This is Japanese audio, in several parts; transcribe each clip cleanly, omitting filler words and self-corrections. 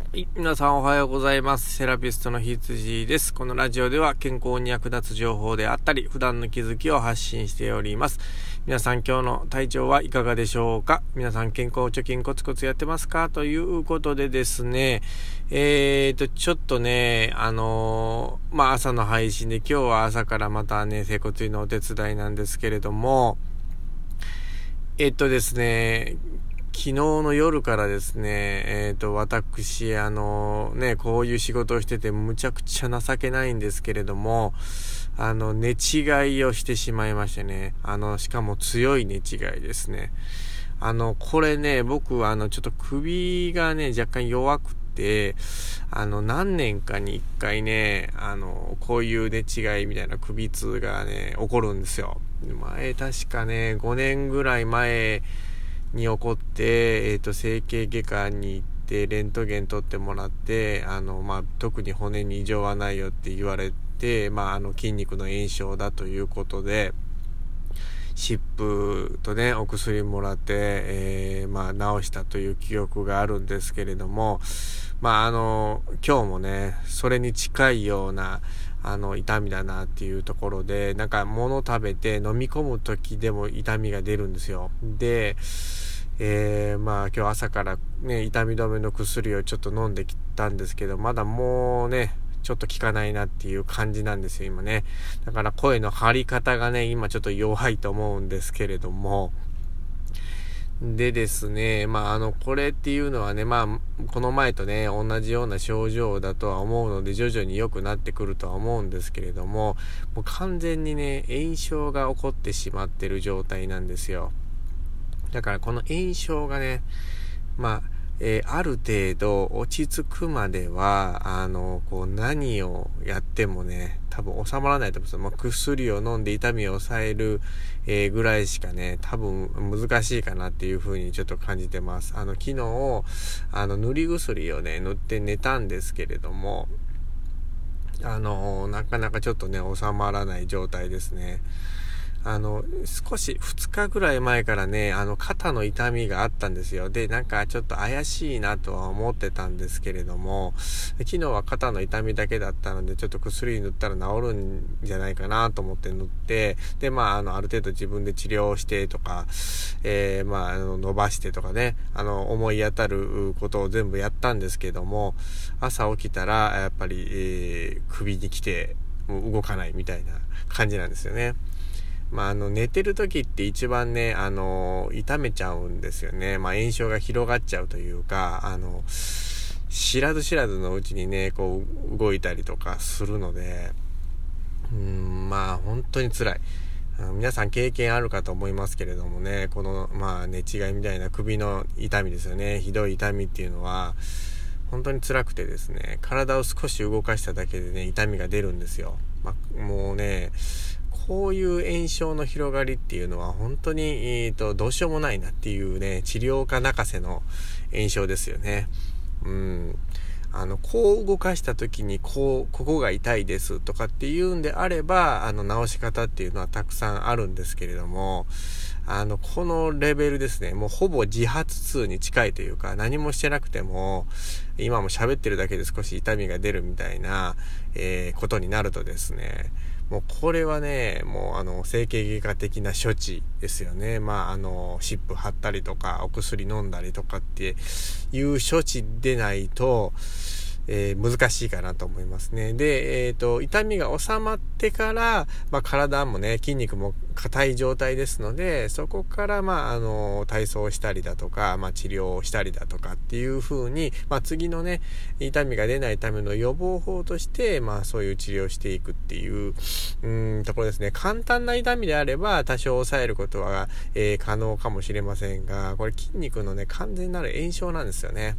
はい、皆さんおはようございます。セラピストのひつじです。このラジオでは健康に役立つ情報であったり、普段の気づきを発信しております。皆さん今日の体調はいかがでしょうか？皆さん健康貯金コツコツやってますか？ということでですね、ちょっとね、朝の配信で今日は朝からまたね、整骨院のお手伝いなんですけれども、ですね、昨日の夜からですね、私、こういう仕事をしててむちゃくちゃ情けないんですけれども、寝違いをしてしまいましてね、しかも強い寝違いですね。これね、僕はちょっと首がね、若干弱くて、何年かに一回ね、こういう寝違いみたいな首痛がね、起こるんですよ。確かね、5年ぐらい前に起こって、整形外科に行ってレントゲン取ってもらって、特に骨に異常はないよって言われて、筋肉の炎症だということで、湿布とね、お薬もらって、治したという記憶があるんですけれども、今日もね、それに近いような、痛みだなっていうところで、物食べて飲み込む時でも痛みが出るんですよ。で、今日朝からね、痛み止めの薬をちょっと飲んできたんですけど、まだもうね、ちょっと効かないなっていう感じなんですよ、今ね。だから声の張り方がね、今ちょっと弱いと思うんですけれども。でですね、これっていうのはね、この前とね、同じような症状だとは思うので、徐々に良くなってくるとは思うんですけれども、もう完全にね、炎症が起こってしまってる状態なんですよ。だからこの炎症がね、ある程度落ち着くまでは、何をやってもね、多分収まらないと思うんですよ。薬を飲んで痛みを抑える、ぐらいしかね、多分難しいかなっていう風にちょっと感じてます。昨日、塗り薬をね、塗って寝たんですけれども、なかなかちょっとね、収まらない状態ですね。少し2日ぐらい前からね、肩の痛みがあったんですよ。で、ちょっと怪しいなとは思ってたんですけれども、昨日は肩の痛みだけだったので、ちょっと薬塗ったら治るんじゃないかなと思って塗って、で、ある程度自分で治療してとか、伸ばしてとかね、思い当たることを全部やったんですけども、朝起きたら、やっぱり、首に来て、もう動かないみたいな感じなんですよね。寝てる時って一番ね、痛めちゃうんですよね。炎症が広がっちゃうというか、知らず知らずのうちにね、こう、動いたりとかするので、本当に辛い。皆さん経験あるかと思いますけれどもね、この、寝違いみたいな首の痛みですよね。ひどい痛みっていうのは、本当に辛くてですね、体を少し動かしただけでね、痛みが出るんですよ。もうね、こういう炎症の広がりっていうのは本当に、どうしようもないなっていうね、治療家泣かせの炎症ですよね。こう動かした時にここが痛いですとかっていうんであれば、治し方っていうのはたくさんあるんですけれども、このレベルですね、もうほぼ自発痛に近いというか、何もしてなくても、今も喋ってるだけで少し痛みが出るみたいな、ことになるとですね、もうこれはね、もう整形外科的な処置ですよね。湿布貼ったりとか、お薬飲んだりとかっていう処置でないと、難しいかなと思いますね。で、痛みが収まってから、体もね、筋肉も硬い状態ですので、そこから、体操をしたりだとか、治療をしたりだとかっていう風に、次のね、痛みが出ないための予防法として、そういう治療をしていくっていう、ところですね。簡単な痛みであれば、多少抑えることは、可能かもしれませんが、これ筋肉のね、完全なる炎症なんですよね。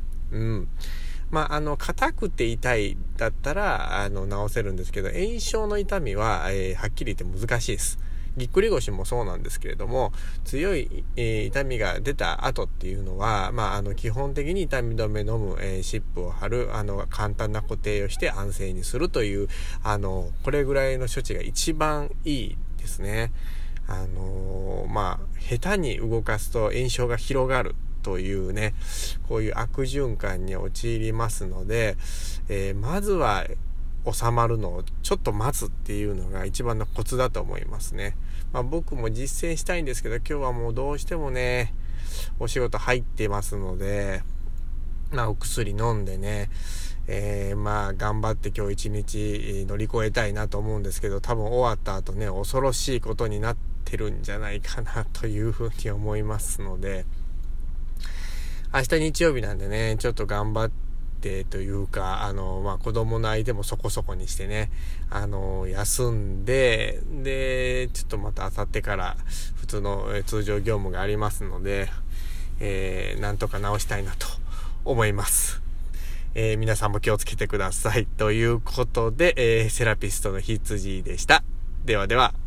硬くて痛いだったら、治せるんですけど、炎症の痛みは、はっきり言って難しいです。ぎっくり腰もそうなんですけれども、強い、痛みが出た後っていうのは、基本的に痛み止め飲む、湿布を貼る、簡単な固定をして安静にするという、これぐらいの処置が一番いいですね。下手に動かすと炎症が広がるというね、こういう悪循環に陥りますので、まずは収まるのをちょっと待つっていうのが一番のコツだと思いますね。僕も実践したいんですけど、今日はもうどうしてもね、お仕事入ってますので、お薬飲んでね、頑張って今日一日乗り越えたいなと思うんですけど、多分終わった後ね、恐ろしいことになってるんじゃないかなというふうに思いますので、明日日曜日なんでね、ちょっと頑張ってというか、子供の相手もそこそこにしてね、休んで、で、ちょっとまた明後日から普通の通常業務がありますので、なんとか直したいなと思います。皆さんも気をつけてください。ということで、セラピストの羊でした。ではでは。